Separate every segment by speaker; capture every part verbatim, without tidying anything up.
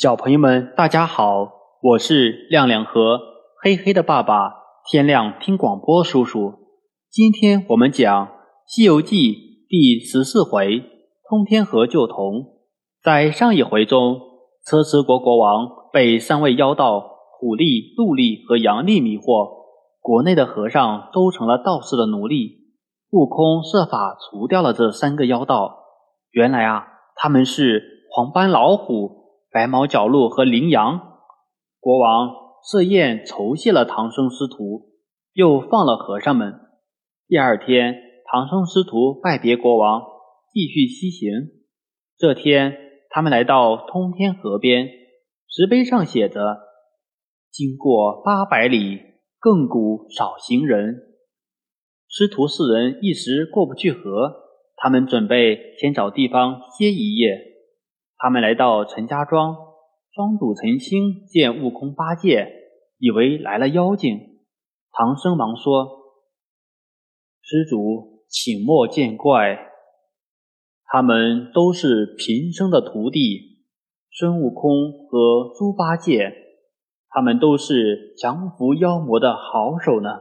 Speaker 1: 小朋友们，大家好，我是亮亮和黑黑的爸爸天亮听广播叔叔。今天我们讲《西游记》第十四回通天河救童。在上一回中，车迟国国王被三位妖道虎力、陆力和杨力迷惑，国内的和尚都成了道士的奴隶。悟空设法除掉了这三个妖道。原来啊，他们是黄斑老虎、白毛角鹿和羚羊。国王设宴酬谢了唐僧师徒，又放了和尚们。第二天，唐僧师徒拜别国王，继续西行。这天，他们来到通天河边，石碑上写着：经过八百里，亘古少行人。师徒四人一时过不去河，他们准备先找地方歇一夜。他们来到陈家庄，庄主陈清见悟空八戒，以为来了妖精。唐僧忙说：施主请莫见怪，他们都是贫僧的徒弟，孙悟空和猪八戒，他们都是降服妖魔的好手呢。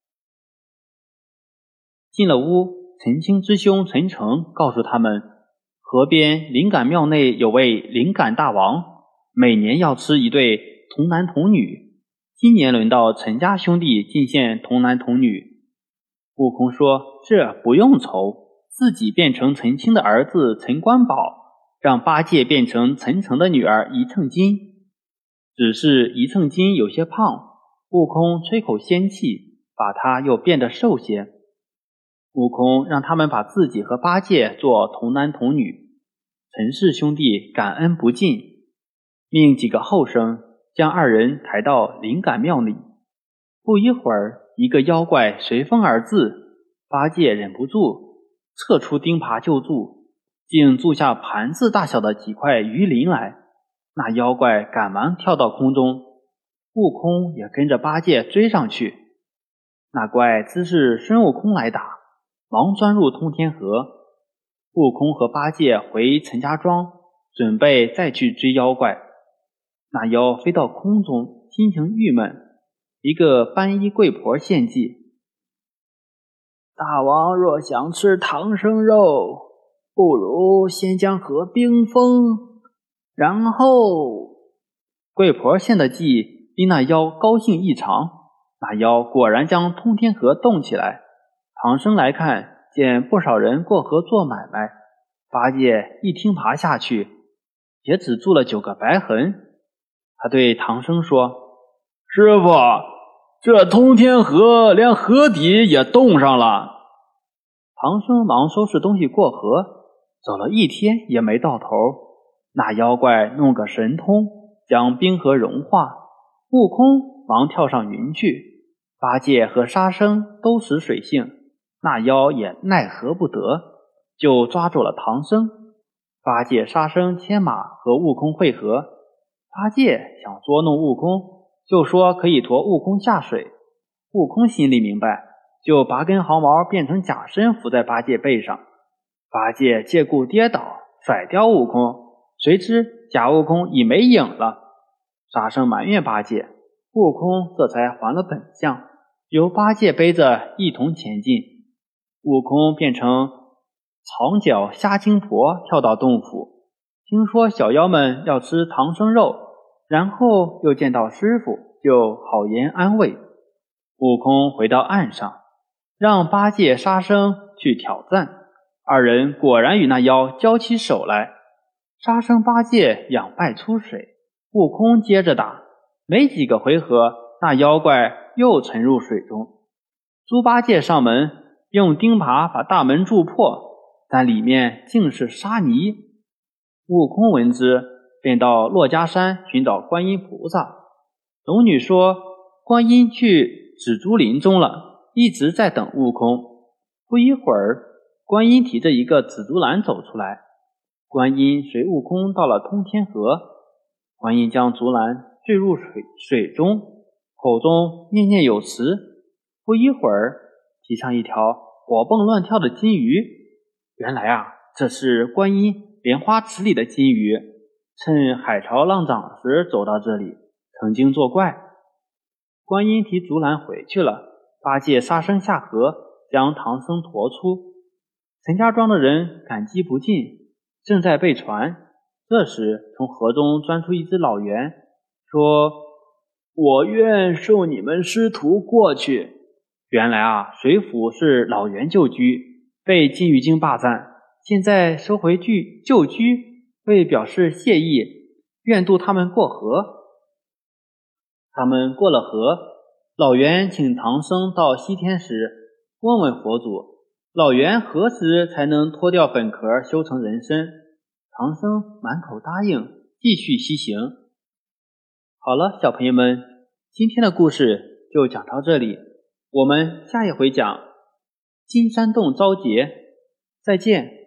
Speaker 1: 进了屋，陈清之兄陈诚告诉他们，河边灵感庙内有位灵感大王，每年要吃一对童男童女，今年轮到陈家兄弟进献童男童女。悟空说：这不用愁，自己变成陈清的儿子陈官宝，让八戒变成陈诚的女儿一秤金。只是一秤金有些胖，悟空吹口仙气，把他又变得瘦些。悟空让他们把自己和八戒做童男童女，陈氏兄弟感恩不尽，命几个后生将二人抬到灵感庙里。不一会儿，一个妖怪随风而至，八戒忍不住撤出钉耙救助，竟铸下盘子大小的几块鱼鳞来。那妖怪赶忙跳到空中，悟空也跟着八戒追上去。那怪知是孙悟空来打，忙钻入通天河。悟空和八戒回陈家庄，准备再去追妖怪。那妖飞到空中，心情郁闷。一个斑衣贵婆献计：大王若想吃唐僧肉，不如先将河冰封，然后……贵婆献的计令那妖高兴异常，那妖果然将通天河动起来。唐僧来看，见不少人过河做买卖，八戒一听爬下去，也只住了九个白痕。他对唐僧说：师傅，这通天河连河底也冻上了。唐僧忙收拾东西过河，走了一天也没到头。那妖怪弄个神通，将冰河融化，悟空忙跳上云去，八戒和沙僧都识水性，那妖也奈何不得，就抓住了唐僧。八戒、沙僧牵马和悟空会合，八戒想捉弄悟空，就说可以驮悟空下水。悟空心里明白，就拔根毫毛变成假身伏在八戒背上。八戒借故跌倒，甩掉悟空，谁知假悟空已没影了。沙僧埋怨八戒，悟空这才还了本相，由八戒背着一同前进。悟空变成长脚虾精婆，跳到洞府，听说小妖们要吃唐僧肉，然后又见到师傅，就好言安慰。悟空回到岸上，让八戒、沙僧去挑战，二人果然与那妖交起手来。沙僧、八戒两败出水，悟空接着打，没几个回合，那妖怪又沉入水中。猪八戒上门，用钉耙把大门铸破，但里面竟是沙泥。悟空闻之，便到珞珈山寻找观音菩萨。龙女说，观音去紫竹林中了，一直在等悟空。不一会儿，观音提着一个紫竹篮走出来。观音随悟空到了通天河，观音将竹篮坠入水水中，口中念念有词。不一会儿，提上一条活蹦乱跳的金鱼。原来啊，这是观音莲花池里的金鱼。 趁海潮浪涨时走到这里，曾经作怪。观音提竹篮回去了，八戒撒身下河，将唐僧驮出。陈家庄的人感激不尽，正在备船。这时从河中钻出一只老猿，说：我愿受你们师徒过去。原来啊，水府是老猿旧居，被金鱼精霸占，现在收回去旧居，为表示谢意，愿渡他们过河。他们过了河，老猿请唐僧到西天时，问问佛祖，老猿何时才能脱掉本壳修成人身？唐僧满口答应，继续西行。好了，小朋友们，今天的故事就讲到这里，我们下一回讲金山洞招劫，再见。